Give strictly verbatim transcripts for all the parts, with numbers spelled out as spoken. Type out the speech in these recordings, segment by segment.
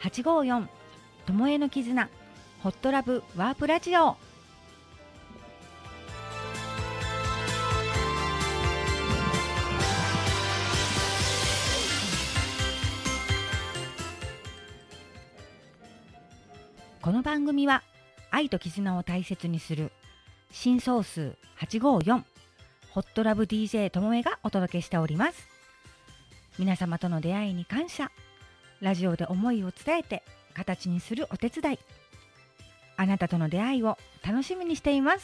はちごーよんともえの絆ホットラブワープラジオ。この番組は愛と絆を大切にする新総数はちごーよんホットラブ ディージェー ともえがお届けしております。皆様との出会いに感謝。ラジオで思いを伝えて形にするお手伝い。あなたとの出会いを楽しみにしています。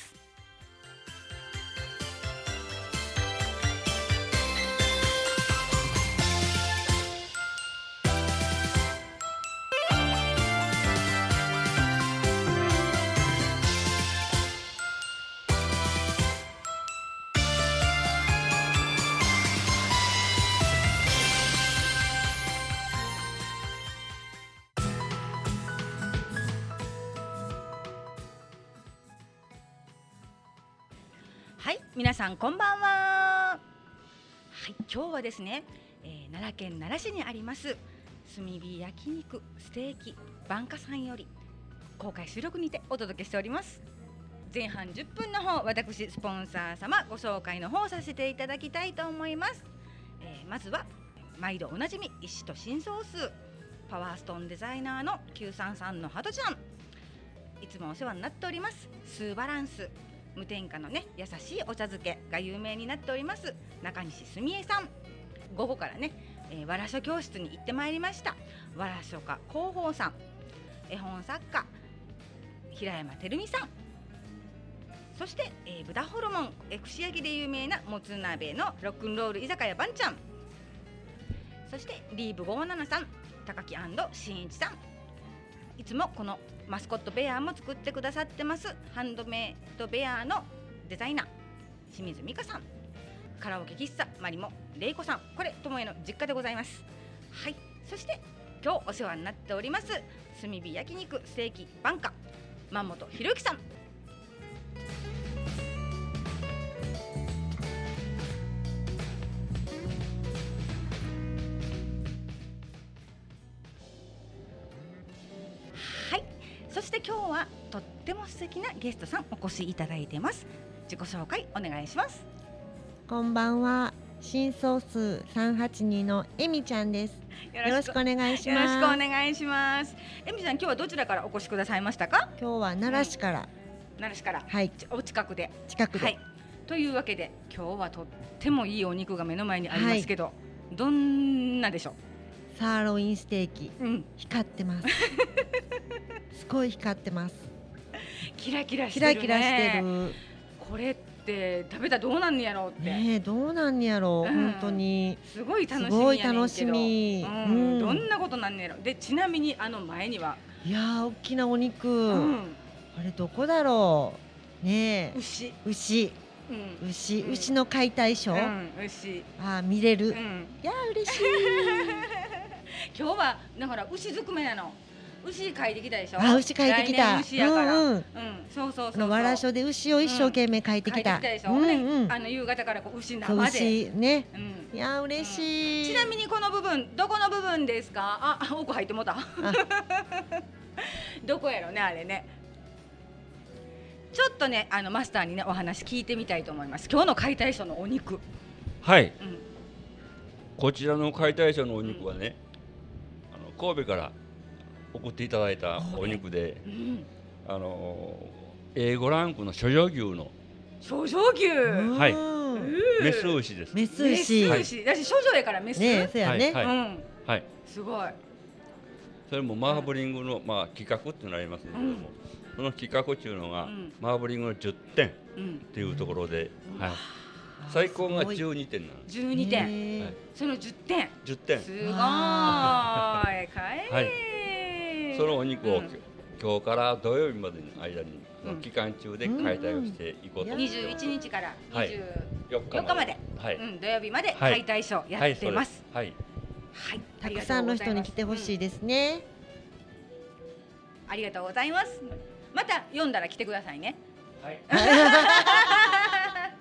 はい、皆さんこんばんは。はい、今日はですね、えー、奈良県奈良市にあります炭火焼肉ステーキ晩夏さんより公開収録にてお届けしております。前半じゅっぷんの方、私スポンサー様ご紹介の方させていただきたいと思います。えー、まずは毎度おなじみ石と新ソースパワーストーンデザイナーのきゅうさんさんのハトちゃん、いつもお世話になっておりますスーバランス無添加のね優しいお茶漬けが有名になっております中西すみえさん、午後からね、えー、わら書教室に行ってまいりましたわら書家広報さん、絵本作家平山照美さん、そして、えー、豚ホルモンえ串焼きで有名なもつ鍋のロックンロール居酒屋ばんちゃん、そしてリーブごーななさん高木しんいちさん、いつもこのマスコットベアも作ってくださってますハンドメイドベアのデザイナー清水美香さん、カラオケ喫茶マリモ玲子さん、これ友恵の実家でございます。はい、そして今日お世話になっております炭火焼肉ステーキ晩夏万本博之さん、そして今日はとっても素敵なゲストさんお越しいただいてます。自己紹介お願いします。 こんばんは、新総数さんはちにのえみちゃんです。よろしくお願いします。 よろしくお願いします。えみちゃん、今日はどちらからお越しくださいましたか？ 今日は奈良市から、うん、 奈良市から、 はい、 お近くで近くで、はい、 というわけで今日はとってもいいお肉が目の前にありますけど、はい、どんなでしょう？ サーロインステーキ、うん、光ってますすごい光ってます。 キラキラしてるね。 キラキラしてる。 これって食べたらどうなんやろうってねえ、どうなんやろう、うん、本当にすごい楽しみやねんけど、すごい楽しみ、 うんうん、どんなことなんやろ。でちなみにあの前にはいやー大きなお肉、うん、あれどこだろうねえ。 牛牛うん、牛、うん、牛の解体ショー、 うん、牛あ見れる、うん、いや嬉しい今日はだから牛ずくめなの。牛描いてきたでしょ。 あ、牛描いてきた。 牛やから、うんうん、うん、 そうそうそうそう。わら書で牛を一生懸命描いてきた。 描いてきたでしょ。うんうん、あの夕方からこう牛生で。 牛ね。うん、いや嬉しい、 うん。ちなみにこの部分どこの部分ですか？あ、奥入ってもた。どこやろねあれね。ちょっとねあのマスターにねお話聞いてみたいと思います。今日の解体ショーのお肉。 はい。うん、こちらの解体ショーのお肉はね、うん、あの神戸から送っていただいたお肉で、うん、あの エーご ランクの諸女牛の諸女牛、 はい、メス牛です。 メス牛、 メス牛、だし諸女やからメスね、そうやね、 はい、はいうん、はい、 すごい。 それもマーブリングの、まあ、企画ってなりますけれども、うん、その企画っていうのが、うん、マーブリングのじゅってんっていうところで、うんはい、最高がじゅうにてんなんです。 じゅうにてん、はい、そのじゅってん、 じゅってん、 すごいかい、はい、 そのお肉を、うん、今日から土曜日までの間に、うん、期間中で解体をしていこうと思います。 にじゅういちにちからにじゅうよっかまで、はいうん、土曜日まで解体ショーやってます。 はいはいはい、たくさんの人に来てほしいですね、 うん、ありがとうございます。また読んだら来てくださいね。はい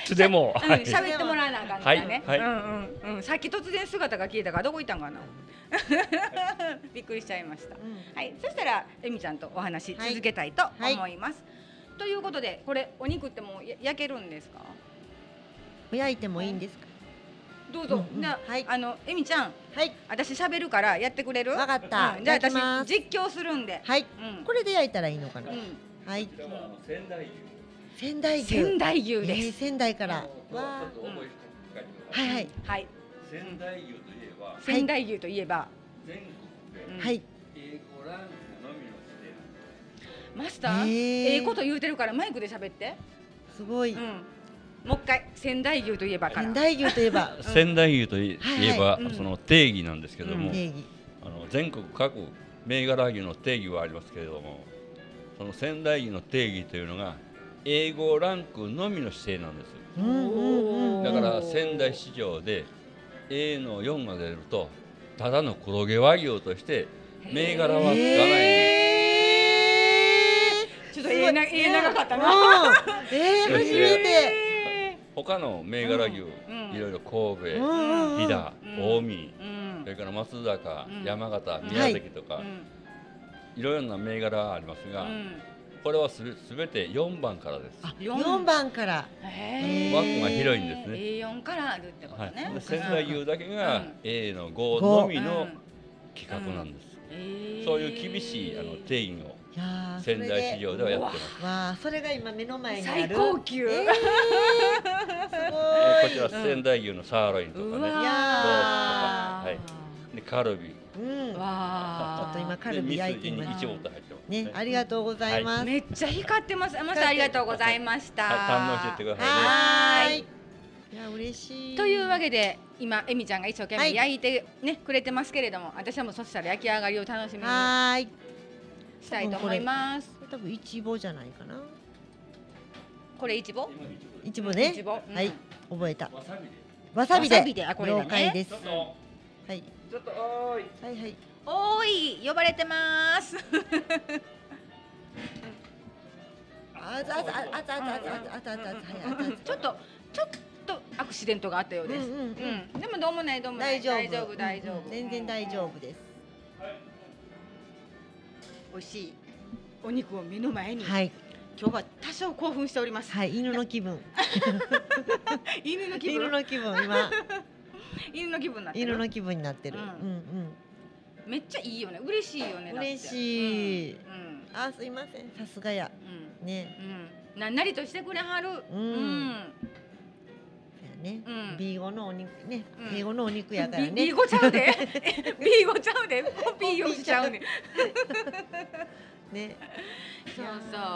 つでも喋ってもらわなあかんからね。 はいうんうんうん。さっき突然姿が消えたからどこ行ったんかな。びっくりしちゃいました。はい。そしたらえみちゃんとお話続けたいと思います。ということでこれお肉ってもう焼けるんですか？ 焼いてもいいんですか？ どうぞ。なあのえみちゃん。はい。私喋るからやってくれる？ わかった。 じゃあ私実況するんで。 はい。これで焼いたらいいのかな。はい。 仙台牛。 仙台牛。 仙台牛です。 仙台から。わあ。 はいはいはい。 仙台牛といえば。 仙台牛といえば。 全国で。 はい。 英語ランクのみの指定。 マスター。ええこと言うてるからマイクで喋って。 すごい。 もう一回仙台牛といえばから。 仙台牛といえば。 仙台牛といえばその定義なんですけども。あの全国各銘柄牛の定義はありますけれども。その仙台牛の定義というのが英語ランクのみの指定なんです。だから仙台市場で エー のよんが出るとただの黒毛和牛として銘柄はつかないんです。ちょっとええ長かったな。 ええ初めて。 他の銘柄牛いろいろ神戸、飛騨、近江、それから松坂、山形、宮崎とか。いろいろな銘柄がありますが、うん、これはすべてよんばんからです。 あ、よんばんから。 枠が広いんですね。 エーよん からあるってことね。 はい、仙台牛だけが エー のごのみの規格なんです。うんうん、そういう厳しいあの定義を仙台市場ではやってます。 わあ、それが今目の前にある。 最高級。えー、すごい。 こちら仙台牛のサーロインとかね、ロースとか、はい、でカルビ。 うん、わあ、ちょっと今カルビ焼いてますね。ありがとうございます。 めっちゃ光ってます。またありがとうございました。 堪能してくださいね。 はい。 いや嬉しい。 というわけで今えみちゃんが一生懸命焼いてねくれてますけれども、私はもうそしたら焼き上がりを楽しみにしたいと思います。 多分いちぼじゃないかな。 これいちぼ？ いちぼね。はい、覚えた。わさびで。了解です。はい。 ちょっとおーい。 はいはい。 おーい、呼ばれてます。 あざあざあざあざあざあざあざちょっとちょっとアクシデントがあったようです。うん。でもどうもないどうもない。大丈夫大丈夫。 全然大丈夫です。 美味しいお肉を目の前に。 はい。 今日は多少興奮しております。 はい、犬の気分。 犬の気分。 犬の気分今。 犬の気分になってる。 犬の気分になってる。うんうん。 めっちゃいいよね。嬉しいよね。 嬉しい。あ、すいません。さすがや。ね。 なんなりとしてくれはる。うん。 ね。ビーゴのお肉ね。英語のお肉やからね。 ビーゴちゃうで。ビーゴちゃうで。コピーをしちゃうね。 ね。 そうそう。うん。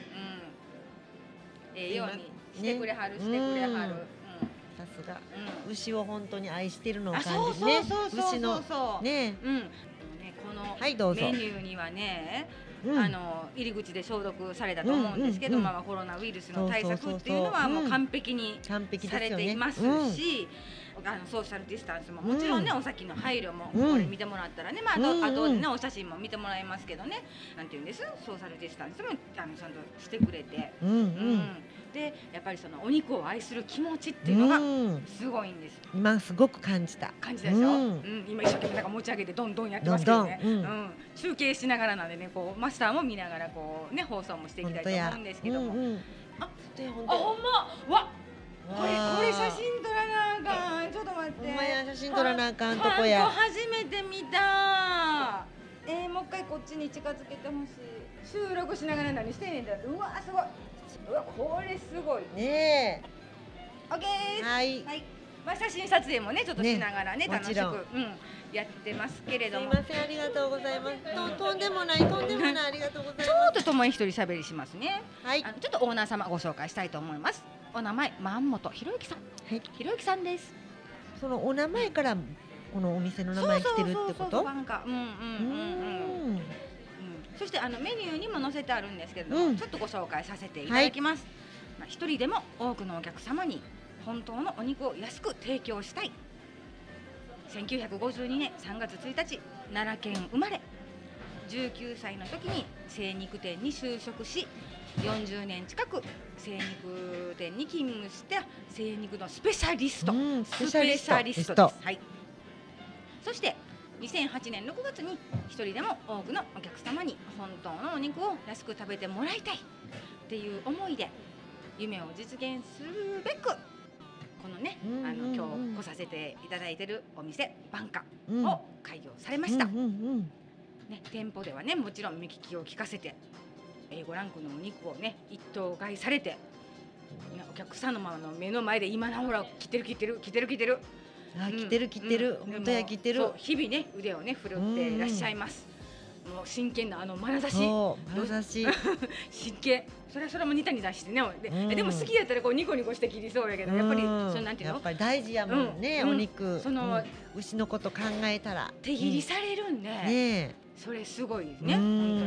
ええようにしてくれはる。してくれはる。 さすが、牛を本当に愛してるのを感じるね。 牛のね、 うん、このメニューにはね、あの入り口で消毒されたと思うんですけど、まあコロナウイルスの対策っていうのはもう完璧にされていますし、あのソーシャルディスタンスももちろんね、お先の配慮もこれ見てもらったらね、まああとでねお写真も見てもらいますけどね、なんていうんです、ソーシャルディスタンスもあのちゃんとしてくれて。でやっぱりそのお肉を愛する気持ちっていうのがすごいんです。 今すごく感じた。 感じたでしょ。うん、今一生懸命なんか持ち上げてどんどんやってますけどね。うん、中継しながらなんでね、こうマスターも見ながらこうね放送もしていきたいと思うんですけども。あ、ほんま、わ、これこれ写真撮らなあかん。ちょっと待って。 ほんまや、写真撮らなあかんとこや。 初めて見た。えー、もう一回こっちに近づけてほしい。収録しながら何してんねんだ。うわ、すごい。うわ、これすごいねえ。 オッケーです。 はい。 はい。まあ写真撮影もねちょっとしながらね楽しくうんやってますけれども。 すいません、ありがとうございます。ととんでもないとんでもないありがとうございます。 ちょっとともに一人喋りしますね。 はい。 あのちょっとオーナー様ご紹介したいと思います。お名前万本博之さん。はい。博之さんです。 そのお名前からこのお店の名前来てるってこと？ そうそうそうそう。なんかうんうんうんうん。そしてあのメニューにも載せてあるんですけれども、うん、ちょっとご紹介させていただきます。はい、一人でも多くのお客様に本当のお肉を安く提供したい。せんきゅうひゃくごじゅうにねんさんがつついたち、奈良県生まれ。じゅうきゅうさいの時に精肉店に就職し、 よんじゅうねん近く精肉店に勤務して精肉のスペシャリスト、 うん、スペスシャリペシャストリストです。はい。そしてにせんはちねんろくがつに一人でも多くのお客様に本当のお肉を安く食べてもらいたいっていう思いで夢を実現するべくこのね、 うんうんうん、 あの今日来させていただいているお店バンカを開業されました、 うんうんうんね、店舗ではねもちろん目利きを聞かせて エーご ランクのお肉をね一頭買いされて、ね、お客様の目の前で今なほら切ってる切ってる切ってる切ってるあ、切ってる切ってる、うん、本当や切ってる。 日々ね腕をね振るっていらっしゃいます、うん、もう真剣なあの眼差し眼差し真剣それはそれもニタニタしてね で,、うん、でも好きやったらこうニコニコして切りそうやけど、うん、やっぱりそのなんていうのやっぱり大事やもんね、うん、お肉その、うん、牛のこと考えたら手切りされるんで、うんね、それすごいですね、 うん、 本当に、うん、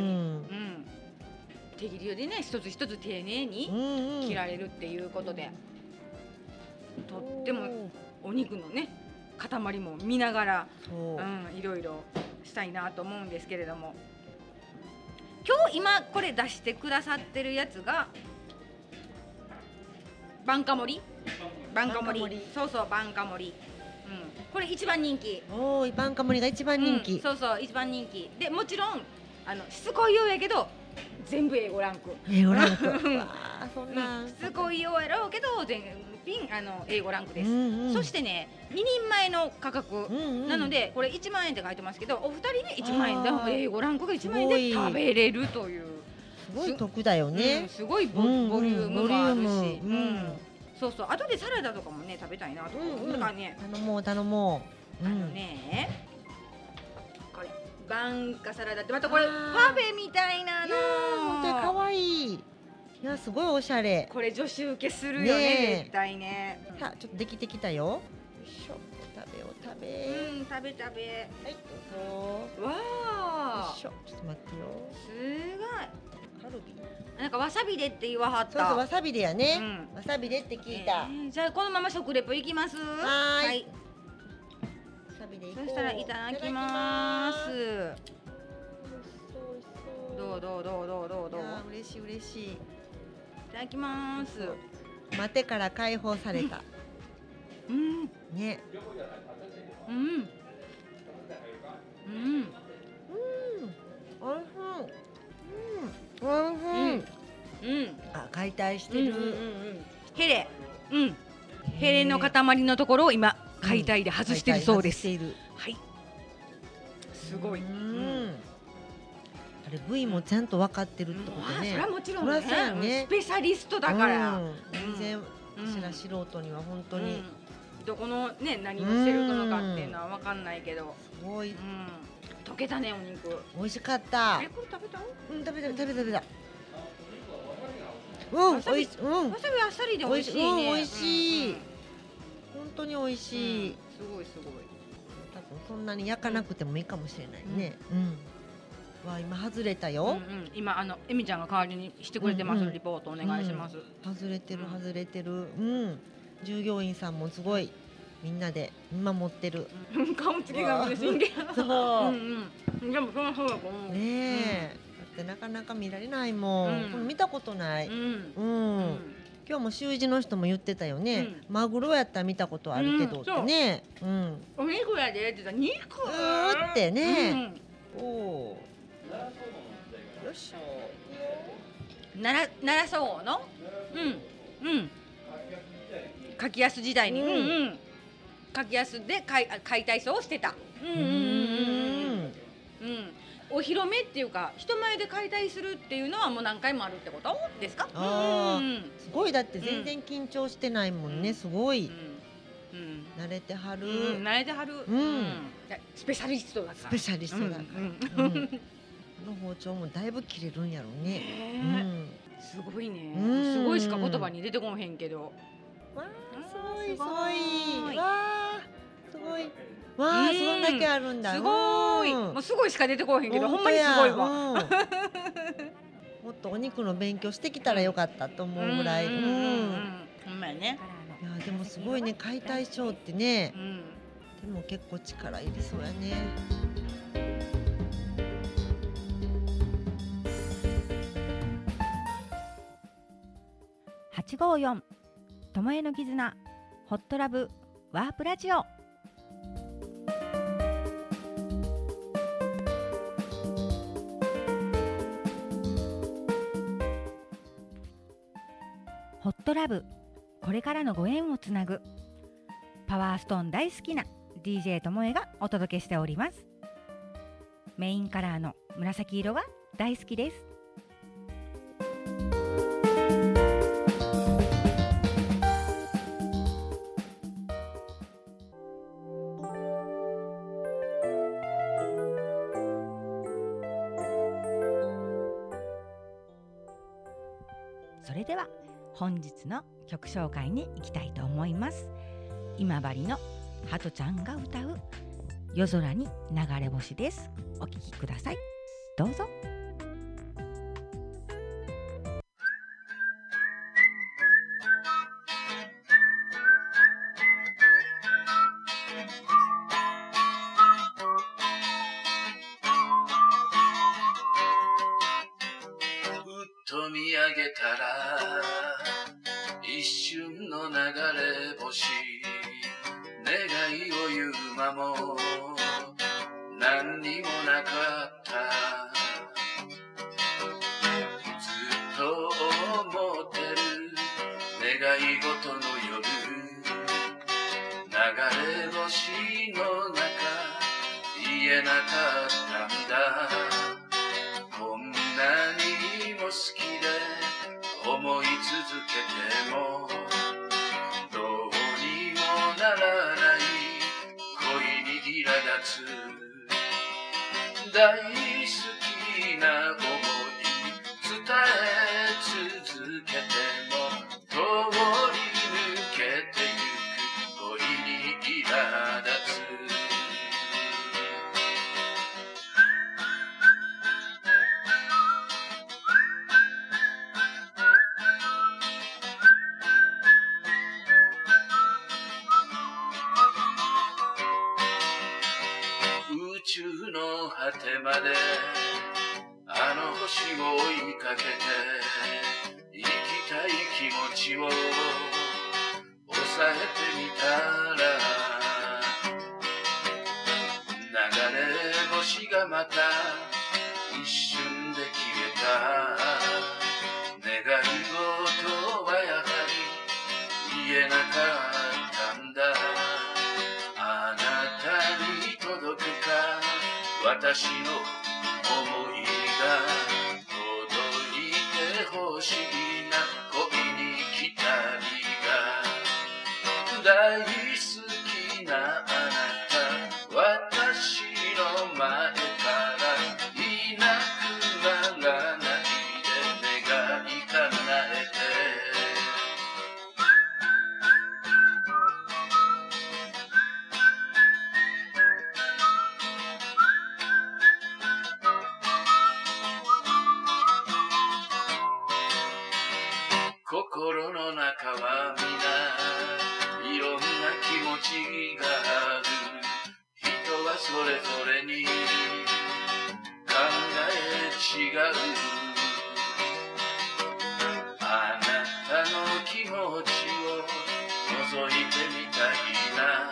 手切りでね一つ一つ丁寧に切られるっていうことで、うん、とってもお肉のね塊も見ながら、うん、いろいろしたいなと思うんですけれども今日今これ出してくださってるやつがバンカ盛りバンカ盛りそうそうバンカ盛り、うん、これ一番人気おーバンカ盛りが一番人気、 うん、そうそう一番人気でもちろんあのしつこいようやけど全部 エーご ランクエーご ランクわそんな、 うん、しつこいようやろうけど全品あの エーご ランクです、うんうん、そしてねににんまえの価格、うんうん、なのでこれいちまんえんって書いてますけどお二人でいちまんえんで エーご ランクがいちまんえんで食べれるというすごい得だよね、 うん、すごい ボ,、うんうん、ボリュームもあるし、うん、そうそう後でサラダとかもね食べたいなとか、うんうん、なんかね頼もう頼もう、うん、あのねこれバンカサラダってまたこれパフェみたいなの本当に可愛いいやすごいおしゃれこれ女子受けするよ ね, ね絶対ねさあちょっとできてきたよよいしょ食べよう食べうん食べ食べはいどうぞわあよいしょちょっと待ってよすごいカルビなんかわさびでって言わはったそうそうわさびでやね、うん、わさびでって聞いた、 えー、じゃあこのまま食レポいきますはーい、はい、わさびでいこうそしたらいただきますどうどうどうどうどうどう嬉しい嬉しいいただきます。 待てから解放された。 うん。 ね。 うん。うん。うん。 おいしい。うん。おいしい。うん。あ、解体してる。 ヘレ。うん。ヘレの塊のところを今解体で外しているそうです。はい。すごい。うん。あれ部位もちゃんと分かってるってことね。 それはもちろんね。スペシャリストだから。 全然私ら素人には本当にどこのね何をしてるのかっていうのは分かんないけど。 すごい。 溶けたねお肉。 美味しかった。 えこれ食べた？ うん食べた食べた食べた。うん美味しい。うん。 わさびあっさりで美味しいね。 美味しい。本当に美味しい。 すごいすごい。 多分そんなに焼かなくてもいいかもしれないね。うん。わ今外れたよ、うんうん、 今あのエミちゃんが代わりにしてくれてます、うんうん、リポートお願いします、 うん、外れてる外れてる、うん、従業員さんもすごいみんなで見守ってる、 うん、顔つきが嬉しいんけどそう、うんうん、でもそのそうだと思うねえ、うん、だってなかなか見られないもん、うん、見たことない、うんうんうん、今日も習字の人も言ってたよね、うん、マグロやったら見たことあるけどってね、うん、 お肉やでって言ったら肉うーってね、うん、おーよし奈良奈良総のうんうん柿安時代に、うんうん、柿安で解解体操をしてたうんうんうんうんうんお披露目っていうか人前で解体するっていうのはもう何回もあるってことですか？ あー、うん、すごいだって全然緊張してないもんね、うん、すごい、うんうん、慣れてはる、うん、 慣れてはる、うんうん、スペシャリストだからスペシャリストだから、うんうんの包丁もだいぶ切れるんやろうね、うん、 すごいね、うん、すごいしか言葉に出てこんへんけどわーすごいすごいわーすごいわー、うん、そんだけあるんだすごい、うん、もうすごいしか出てこへんけどほんまにすごいわ、うん、もっとお肉の勉強してきたらよかったと思うぐらい、うんうんうん、 ほんまやねいやでもすごいね解体ショーってね、うん、でも結構力いりそうやねちごよんともえの絆ホットラブワープラジオ。ホットラブ、これからのご縁をつなぐ。パワーストーン大好きな ディージェー ともえがお届けしております。メインカラーの紫色が大好きです。それでは本日の曲紹介に行きたいと思います。今治のハトちゃんが歌う夜空に流れ星です。お聴きください。どうぞ。 と見上げたら一瞬の流れ星、願いを言う間も何にもなかった。ずっと思ってる願い事の夜、流れ星の中言えなかったんだ。こんなにも好きで思い続けてもどうにもならない恋に苛立つ。大好きな想い伝え続けても通り抜けてゆく恋に苛立つ。宇宙の果てまであの星を追いかけて生きたい気持ちを抑えてみたら、流れ星がまた一瞬で消えた。願い事はやはり言えなかったんだ。あなたに届くか私の思いが、届いてほしいな恋に来たりが。大好きなあなた私の前からいなくならないで願い叶えて。心の中は皆いろんな気持ちがある。人はそれぞれに考え違う。あなたの気持ちを覗いてみたいな。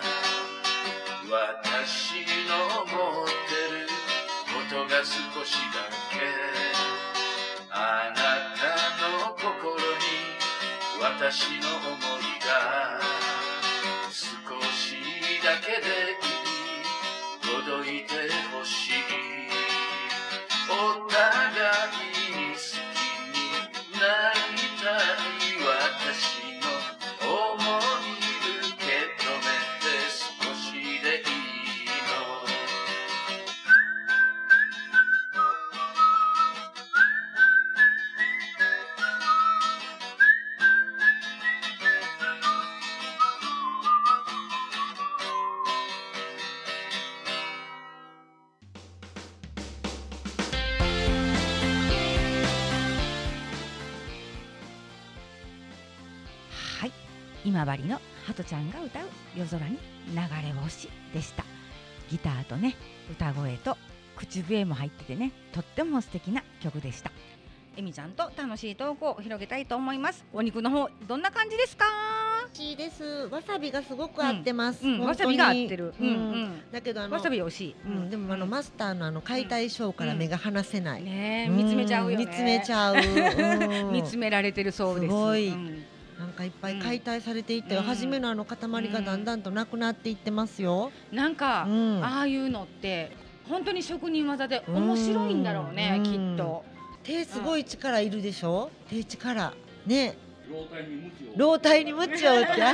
私の持ってることが少しだけあなたの心に私の想いが少しだけでいい届いてほしい。お互いに好きになりたい私の想い受け止めて少しでいいの。 はい、今治のハトちゃんが歌う夜空に流れ星でした。ギターとね歌声と口笛も入っててね、とっても素敵な曲でした。 えみちゃんと楽しいトークを広げたいと思います。お肉の方どんな感じですか？ 美味しいです。わさびがすごく合ってます、 うんうん、わさびが合ってる、 うんうん、だけどあのわさび美味しい、 うん、でもあのマスターのあの解体ショーから目が離せない、 うんね、見つめちゃうよね。 見つめちゃう、 うん、見つめられてるそうです。 すごい、 うん、 なんかいっぱい解体されていったよ、うん、初めのあの塊がだんだんとなくなっていってますよ。 なんか、うん、ああいうのって本当に職人技で面白いんだろうね、うん、きっと。 手すごい力いるでしょ、手力ね。 老体に鞭を老体に鞭を打って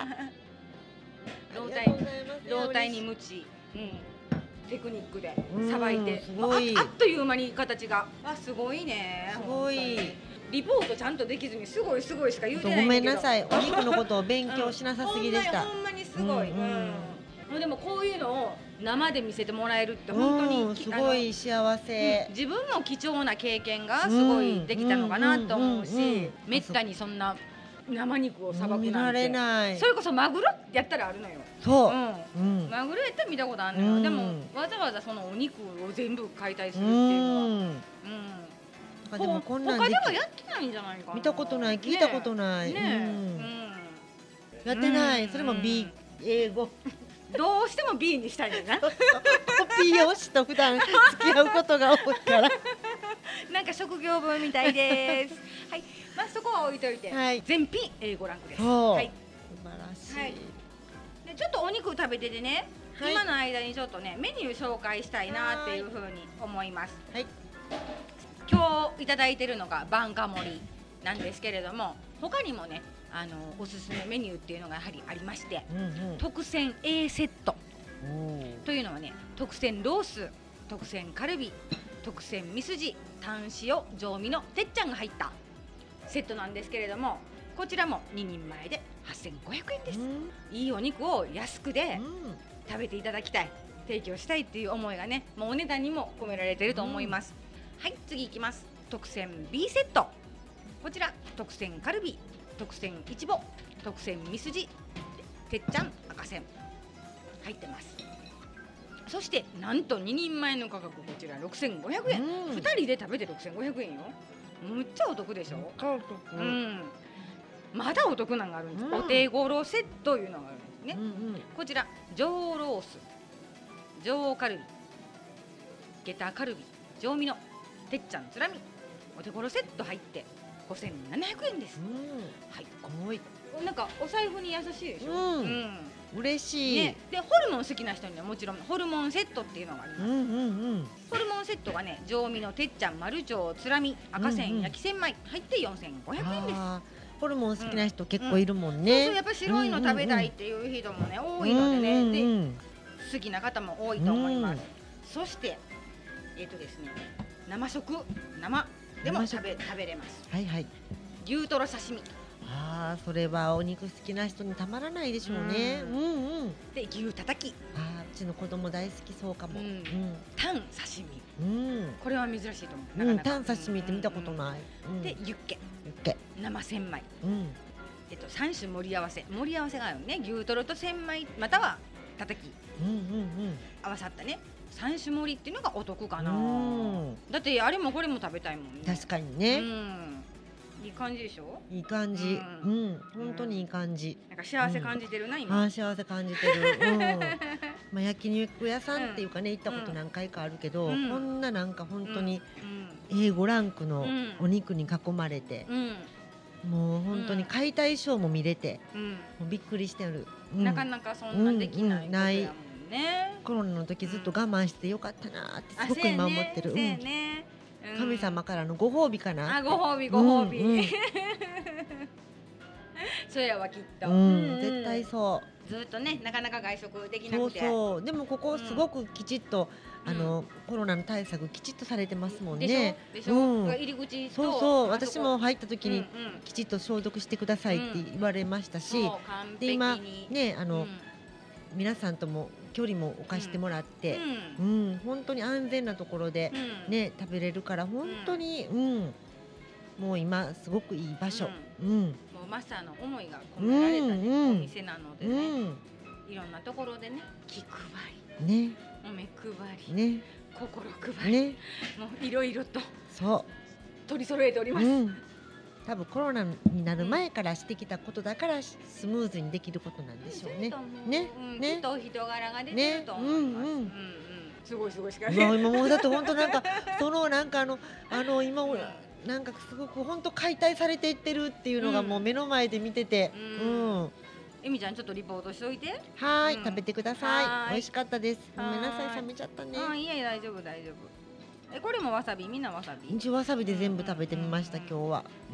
老体老体に鞭、うん、テクニックでさばいて、 すごいあ, あっという間に形があすごいね。 すごい。 リポートちゃんとできずにすごいすごいしか言うてないんだけど、 ごめんなさい、お肉のことを勉強しなさすぎでした。 ほんまにほんまにすごい、うんうん、でもこういうのを生で見せてもらえるって本当に、 うん、すごい幸せ、 うん、自分も貴重な経験がすごいできたのかなと思うし、めったにそんな生肉をさばくなんて見られない。 それこそマグロやったらあるのよ。 そう、 うんうん、マグロやったら見たことあるのよ、うん、でもわざわざそのお肉を全部解体するっていうのは、うんうん、 でもこんなん他ではやってないんじゃないかな。 見たことない、聞いたことない、 ねね、 うん、やってない、うん、それも B、うん、英語どうしても B にしたいんだな。コピー用紙と普段付き合うことが多いからなんか職業文みたいですはい、まあそこは置いといて、はい、全品 エーごランクです。はい、 素晴らしい、はい、 でちょっとお肉食べててね、はい、今の間にちょっとねメニュー紹介したいなっていうふうに思います。はい、今日いただいてるのがバンカ盛りなんですけれども、他にもねあのおすすめメニューっていうのがやはりありまして、うんうん、特選 A セットというのはね、特選ロース、特選カルビ、特選ミスジ、タン塩上味のてっちゃんが入ったセットなんですけれども、こちらもににんまえではっせんごひゃくえんです。うん、いいお肉を安くで食べていただきたい、提供したいっていう思いがね、もうお値段にも込められていると思います。うん、はい、次いきます。特選 B セット、こちら特選カルビ、特選イチボ、特選ミスジ、てっちゃん赤線入ってます。そしてなんとににんまえの価格こちらろくせんごひゃくえん、うん、ふたりで食べてろくせんごひゃくえんよ。むっちゃお得でしょ。 お得、 うん、まだお得なのがあるんです。うん、お手頃セットいうのがあるんですね。うんうん、こちら上ロース、上カルビ、ゲタカルビ、上身のてっちゃんつらみ、お手頃セット入ってごせんななひゃくえんです。うん、はい、 すごい。 なんかお財布に優しいでしょ。 うんうん、嬉しい、 ね、でホルモン好きな人にはもちろんホルモンセットっていうのがあります。うんうんうん、ホルモンセットがね、上身のてっちゃん、丸腸、つらみ、赤線、うんうん、焼き千枚入ってよんせんごひゃくえんです。 ホルモン好きな人結構いるもんね。 うんうん、そうそう、やっぱ白いの食べたいっていう人もね、うんうん、多いのでね、うんうんうん、で好きな方も多いと思います。うん、そしてえっとですね、生食、生でも食べ食べれます。 はいはい。 牛トロ刺身。 ああ、それはお肉好きな人にたまらないでしょうね。うん、うんうん。 で牛たたき。 ああ、うちの子供大好きそうかも。うん。うん、 タン刺身。うん。これは珍しいと思う。なかうん、タン刺身って見たことない。 うん、でユッケ。 ユッケ。生千枚。うん。えっと三種盛り合わせ、盛り合わせがあるね。牛トロと千枚またはたたき。うんうんうん。合わさったね。三種盛りっていうのがお得かな。だってあれもこれも食べたいもんね。 確かにね。 うん、いい感じでしょ。 いい感じ。うん、うん、本当にいい感じ。 なんか幸せ感じてるな、うん、今。 あ、幸せ感じてる。うん、まあ焼肉屋さんっていうかね、行ったこと何回かあるけど、うん、こんななんか本当に エーご ランクのお肉に囲まれて、うん、もう本当に解体ショーも見れて、うん、もうびっくりしてる。 うん、なかなかそんなできないことやもんね。ね、 コロナの時ずっと我慢してよかったなってすごく今思ってる。神様からのご褒美かな。 あ、ご褒美ご褒美。うんうん、そうやわきっと、うんうん、絶対そう。 ずっとね、なかなか外食できなくて。 そうそう。でもここすごくきちっと、うん、あのコロナの対策きちっとされてますもんね。 でしょ。でしょ。うん、入り口とそうそう。私も入った時にきちっと消毒してくださいって言われましたし、うん、で今ね、あの、うん、皆さんとも距離も置かしてもらって、うんうん、本当に安全なところで、ね、食べれるから本当に、うん、もう今すごくいい場所、うんうん、 もうマスターの思いが込められた、ね、うん、お店なのでね、うん、いろんなところでね、気配り、ね、お目配り、ね、心配り、ね、もういろいろとそう取り揃えております、うん、 多分コロナになる前からしてきたことだからスムーズにできることなんでしょうね。 ね、うん、ね、きっと人柄が出てると思います、ね、うんうんうん、すごいすごいしかね。 今もうだって本当なんかそのなんかあのあの今なんかすごく本当解体されていってるっていうのがもう目の前で見てて、うん、うん、 えみちゃんちょっとリポートしておいて。 はい、うん、食べてください。美味しかったです。ごめんなさい、冷めちゃったね。 あ、いやいや大丈夫大丈夫。え、これもわさび、みんなわさび。 一応わさびで全部食べてみました、うん、今日は。うん。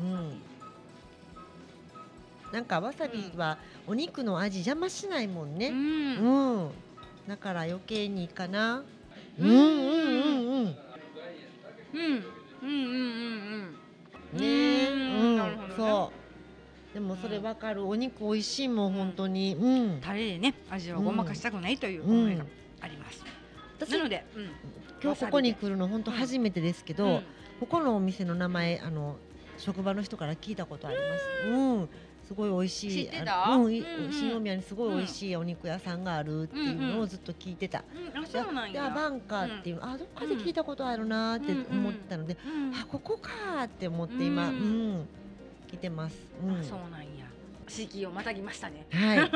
なんかわさびはお肉の味邪魔しないもんね。うん。うん、だから余計にいいかな。うんうんうんうん。うんうんうんうん。ねえ、うん、そう。でもそれわかる、お肉美味しいもん本当に、うん、 タレでね味をごまかしたくないという思いがあります、うん、なので、うん、 今日ここに来るの本当初めてですけど、うん、ここのお店の名前あの職場の人から聞いたことあります。うん、すごい美味しい、 知ってた？ うん、新大宮にすごい美味しいお肉屋さんがあるっていうのをずっと聞いてた。 うんうん、あ、そうなんや。 いやバンカーっていう、うん、あどっかで聞いたことあるなって思ってたので、うんうん、あここかって思って今、うん、うん、来てます。 うん、そうなんや。四季をまたぎましたね。 はい、うん、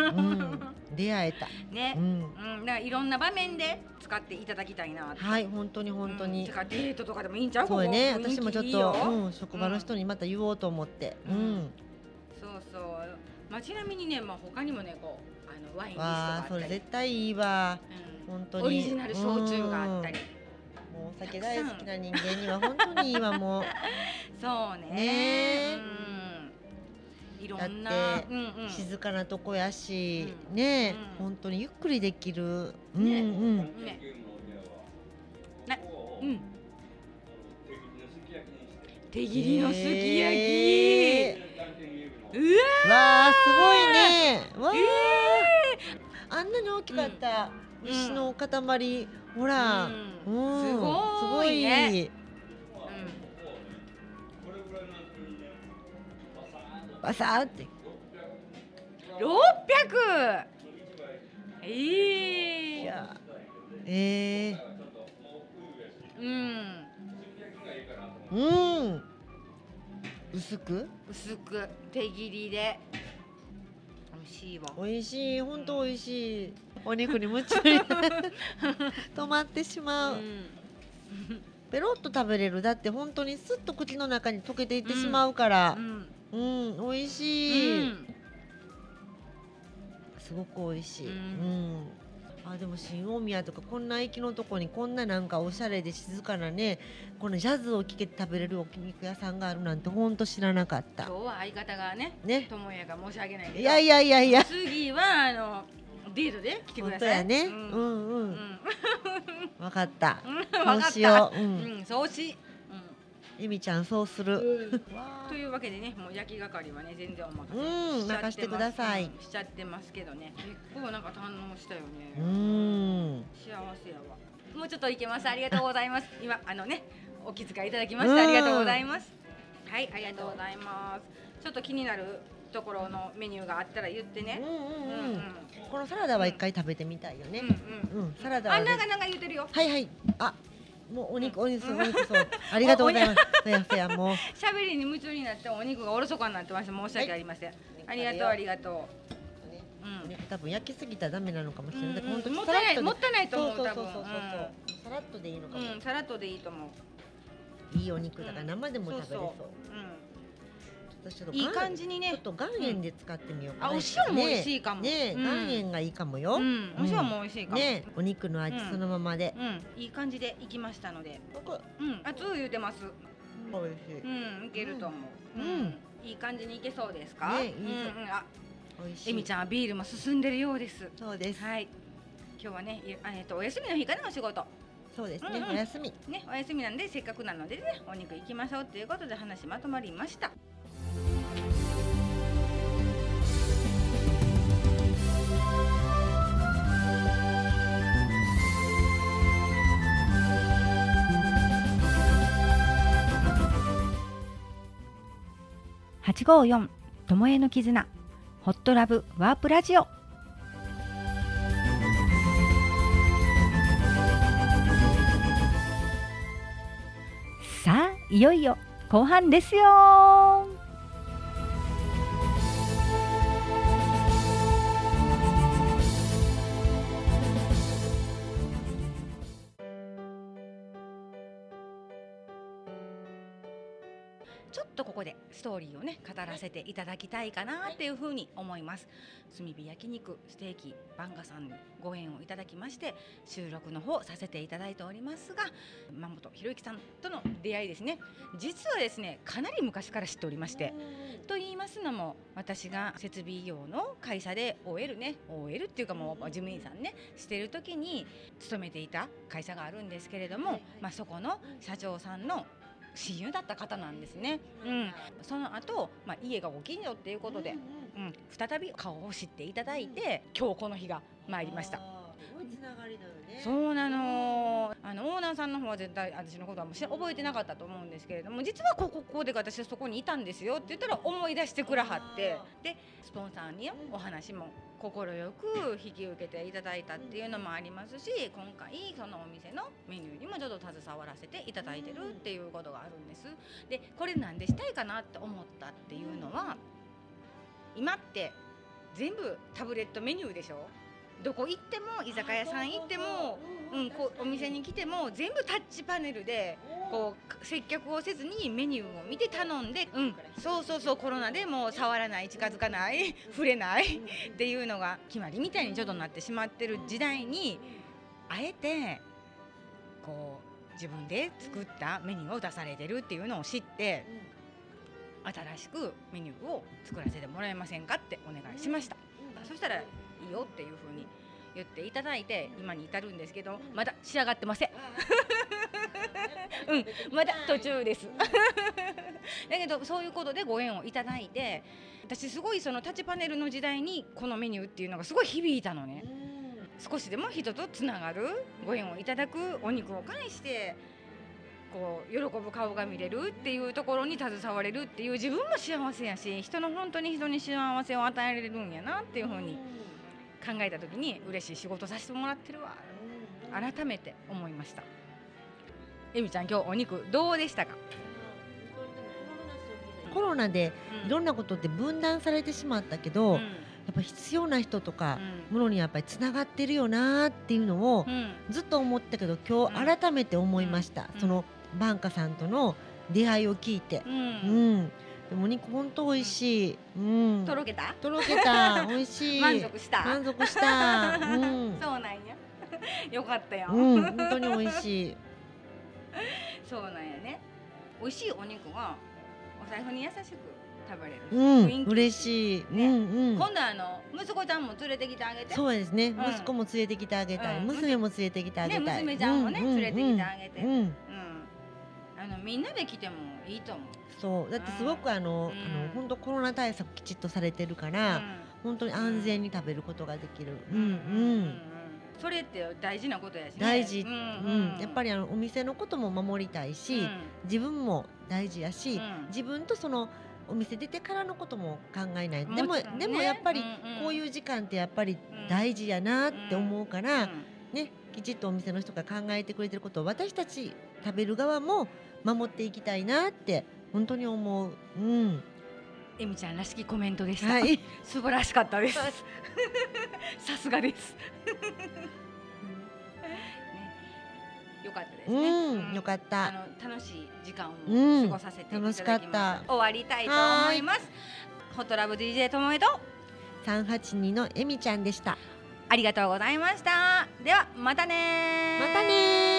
出会えた。 ね、うん、うん、だからいろんな場面で使っていただきたいな。 はい、本当に本当に。 うん、てかデートとかでもいいんちゃう？ そうね、私もちょっと、うん、職場の人にまた言おうと思って。うん。うん、 そうそう。まあちなみにね、まあ他にもねこうあのワインリストがあったり。それ絶対いいわ。うん、本当に。 オリジナル焼酎があったり。 もうお酒大好きな人間には本当にいいわもう。 そうね。 ね。 うんいろんなだって、うんうん、静かなとこやし、うん、ね、うん、本当にゆっくりできる、ね、うんうん、ね、 な、うん、手切りのすき焼き、えー、うわわーすごいね、わー、えー、あんなに大きかった石の塊、うん、ほら、 うんうん、すごいね。 バサーってろっぴゃくえー、いやえー、 うんうん薄く薄く手切りで美味しいわ。 美味しい、本当美味しい。お肉に夢中に止まってしまう、うん、ペロッと食べれる。だって本当にスッと口の中に溶けていってしまうから、うんうん、美味しい、うん、すごく美味しい、うんうん、あでも新大宮とかこんな駅のとこにこんななんかおしゃれで静かなねこのジャズを聴けて食べれるお肉屋さんがあるなんてほんと知らなかった。 今日は相方がねね智也が申し訳ないけどいやいやいやいや次はあのデートで来てください。 本当やね、うん、うんうん、うん、分かった、うん、そうしよう、うん、 うん、そうしえみちゃんそうする、 うん、というわけでねもう焼き係はね全然お任せしちゃってます、うん、 任してください、 うん、しちゃってますけどね結構なんか堪能したよね。 うん幸せやわ。もうちょっといけます。ありがとうございます今あのねお気遣いいただきましてありがとうございます。はいありがとうございます。ちょっと気になるところのメニューがあったら言ってね。うんうんうんうん、このサラダは一回食べてみたいよね。うんうんうん、サラダはあなんかなんか言ってるよ。 はいはいあもうお肉、うん、お肉、お肉、そう、ありがとうございます。そやそや、もう。 喋りに夢中になって、お肉がおろそかになってました。申し訳ありません。はい、ありがとう、ありがとう。 ね、うん、お肉多分焼きすぎたらダメなのかもしれない。 うんうん、本当もったいない、もったいないと思う。 そうそうそうそうそう、うん、サラッとでいいのかも。 うん、サラッとでいいと思う。いいお肉だから、生でも食べれそう。うんそうそううん、いい感じにね。 ちょっと岩塩で使ってみようかな。あ、お塩も美味しいかも。 ね、岩塩がいいかもよ。 うん、お塩も美味しいかも。 ね、お肉の味そのままで。 うん、いい感じでいきましたので。うん、あ、つー言うてます。 美味しい。 うん、いけると思う。うん、いい感じにいけそうですか。ね、いい。あ、美味しい。えみちゃんはビールも進んでるようです。 そうです。 はい。今日はね、えっとお休みの日からの仕事。 そうですね、お休み。 ね、お休みなんでせっかくなのでね、お肉行きましょうということで話まとまりました。はちごーよんともえの絆ホットラブワープラジオ。さあいよいよ後半ですよ。ちょっとここでストーリーをね語らせていただきたいかなっていうふうに思います。炭火焼肉ステーキバンガさんにご縁をいただきまして収録の方させていただいておりますが、馬本博之さんとの出会いですね。実はですねかなり昔から知っておりまして、と言いますのも私が設備業の会社で オーエル ね オーエル っていうかもう事務員さんねしてる時に勤めていた会社があるんですけれども、まあ、そこの社長さんの親友だった方なんですね、うん、その後、まあ家がご近所っていうことで、うん、再び顔を知っていただいて今日この日が参りました。そうなの。あのオーナーさんの方は絶対私のことはもう覚えてなかったと思うんですけれども、実はこここうで私はそこにいたんですよって言ったら思い出してくらはって、でスポンサーにお話も快く引き受けていただいたっていうのもありますし、今回そのお店のメニューにもちょっと携わらせていただいてるっていうことがあるんです。でこれなんでしたいかなって思ったっていうのは、今って全部タブレットメニューでしょ。どこ行っても居酒屋さん行っても、うん、こうお店に来ても全部タッチパネルでこう接客をせずにメニューを見て頼んで、うん、そうそうそう、コロナでもう触らない、近づかない触れないっていうのが決まりみたいにちょっとなってしまってる時代に、あえてこう自分で作ったメニューを出されてるっていうのを知って、新しくメニューを作らせてもらえませんかってお願いしました。そしたらいいよっていう風に言っていただいて今に至るんですけど、まだ仕上がってませんうん、まだ途中ですだけどそういうことでご縁をいただいて、私すごいそのタッチパネルの時代にこのメニューっていうのがすごい響いたのね。少しでも人とつながる、ご縁をいただく、お肉を介してこう喜ぶ顔が見れるっていうところに携われるっていう自分も幸せやし、人の本当に人に幸せを与えられるんやなっていうふうに考えた時に嬉しい仕事させてもらってるわ改めて思いました。えみちゃん今日お肉どうでしたか？ コロナでいろんなことって分断されてしまったけど、うん、やっぱ必要な人とかものにやっぱりつながってるよなっていうのをずっと思ったけど、今日改めて思いました、うん、そのバンカさんとの出会いを聞いて、うんうん、でもお肉本当美味しい、うん、 とろけたとろけた美味しい満足した満足した、うん、 そうなんやよかったよ、 うん、本当に美味しいそうなんやね。美味しいお肉はお財布に優しく食べれる、 うん、嬉しい、 ね、 うんうん、 今度あの息子ちゃんも連れてきてあげて。 そうですね、うん、息子も連れてきてあげたい、うん、娘も連れてきてあげたい、 ね、娘ちゃんもね、うん、連れてきてあげて、 うんうん、 あのみんなで来てもいいと思う。 そうだってすごくあの、うん、あの本当コロナ対策きちっとされてるから、うん、本当に安全に食べることができる、うんうんうん、 それって大事なことやしね。 大事、うんうんうん、やっぱりあのお店のことも守りたいし、うん、自分も大事やし、うん、自分とそのお店出てからのことも考えない、でも、ね、でもやっぱりこういう時間ってやっぱり大事やなって思うから、うんうん、ね、きちっとお店の人が考えてくれてることを私たち食べる側も守っていきたいなって本当に思う、うん、 えみちゃんらしきコメントでした、 はい、 素晴らしかったですさすがですよかったですね、 うん、よかった。 あの楽しい時間を過ごさせていただきました、うん、楽しかった。終わりたいと思います。ホットラブ ディージェー ともえとさんはちにのえみちゃんでした。 ありがとうございました。ではまたねまたね